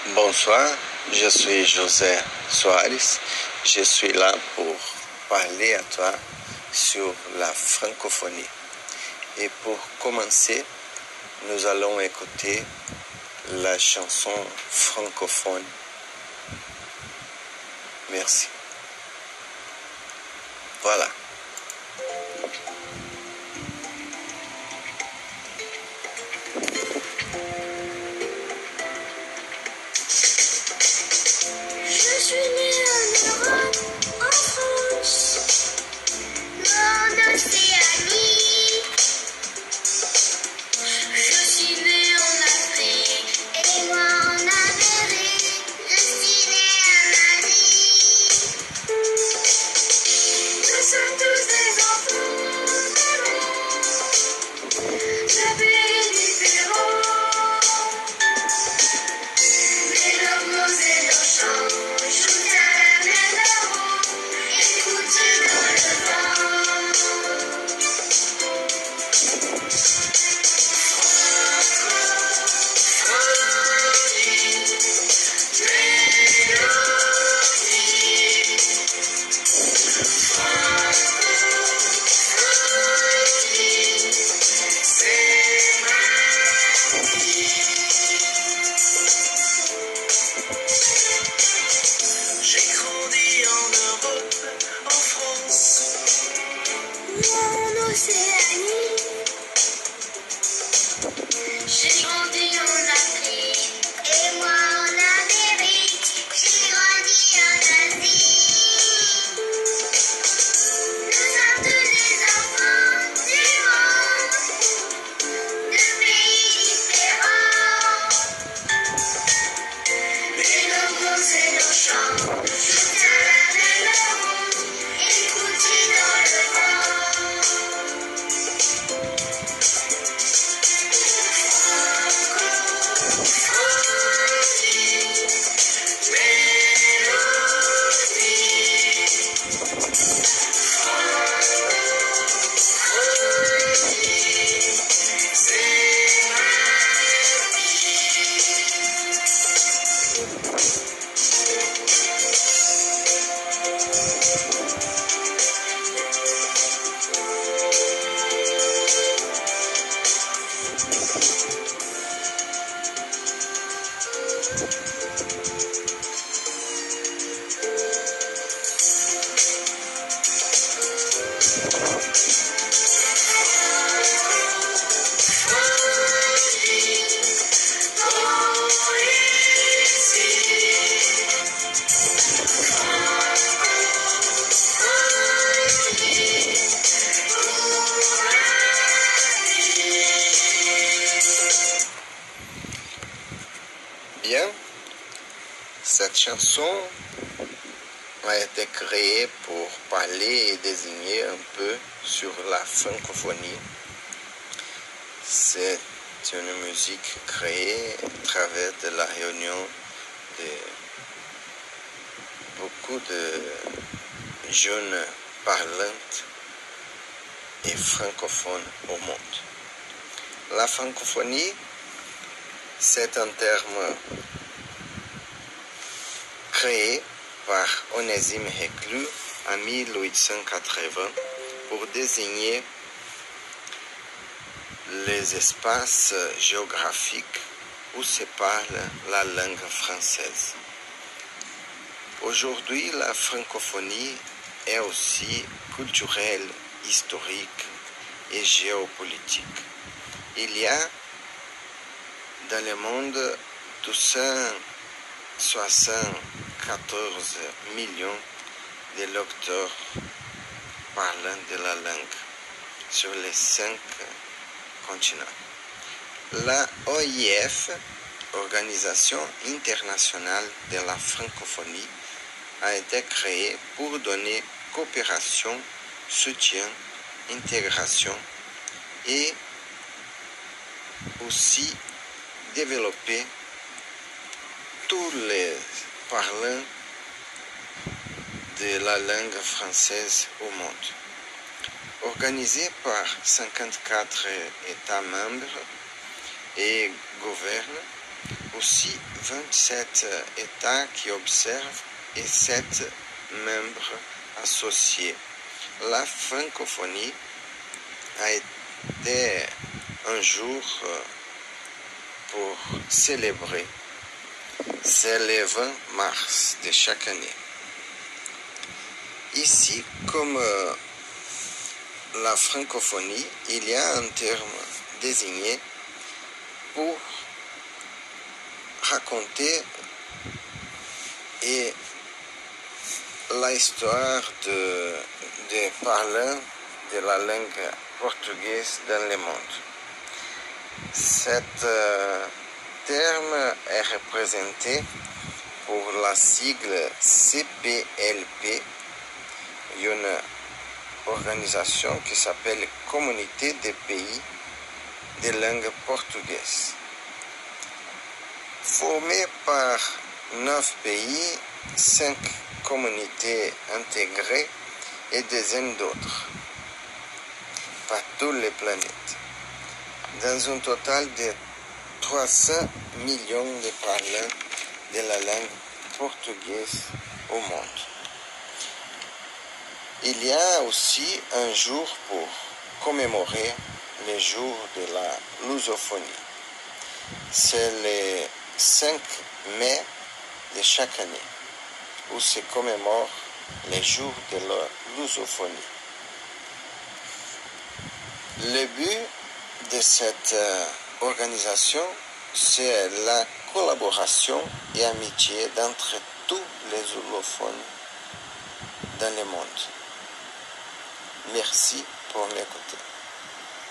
Bonsoir, je suis José Soares. Je suis là pour parler à toi sur la francophonie. Et pour commencer, nous allons écouter la chanson francophone. Merci. Voilà. Je suis née en Europe, en France, en Océanie. Je suis née en Afrique et moi en Amérique. Je suis née en Asie. Nous sommes tous des enfants de pays différents. Mais nos mots et nos chants jouent à la même heure. Écoutez dans le vent. J'ai grandi en Europe, en France, en Océanie. J'ai grandi en Afrique et moi en Amérique. J'ai grandi en Asie. Nous sommes tous des enfants du monde, de pays différents. Mais nos mots et nos chants jouent à la même heure. Écoutez dans le Bien, cette chanson a été créée pour parler et désigner un peu sur la francophonie. C'est une musique créée à travers de la réunion de beaucoup de jeunes parlantes et francophones au monde. La francophonie, c'est un terme créé par Onésime Reclus en 1880 pour désigner les espaces géographiques où se parle la langue française. Aujourd'hui, la francophonie est aussi culturelle, historique et géopolitique. Il y a dans le monde 274 millions de lecteurs parlant de la langue sur les 5 continents. La OIF, Organisation internationale de la francophonie, a été créée pour donner coopération, soutien, intégration et aussi développer tous les parlants de la langue française au monde. Organisée par 54 États membres et gouverne, aussi 27 États qui observent et 7 membres associés. La francophonie a été un jour pour célébrer. C'est le 20 mars de chaque année. Ici, comme la francophonie, il y a un terme désigné pour raconter et l'histoire des parlants de la langue portugaise dans le monde. Cet terme est représenté pour la sigle CPLP, une organisation qui s'appelle Communauté des pays de langue portugaise. Formée par 9 pays, 5 communautés intégrées et des dizaines d'autres, par toutes les planètes, dans un total de 300 millions de parlants de la langue portugaise au monde. Il y a aussi un jour pour commémorer le jour de la lusophonie. C'est le 5 mai de chaque année, où se commémore le jour de la lusophonie. Le but de cette organisation, c'est la collaboration et amitié d'entre tous les allophones dans le monde. Merci pour m'écouter.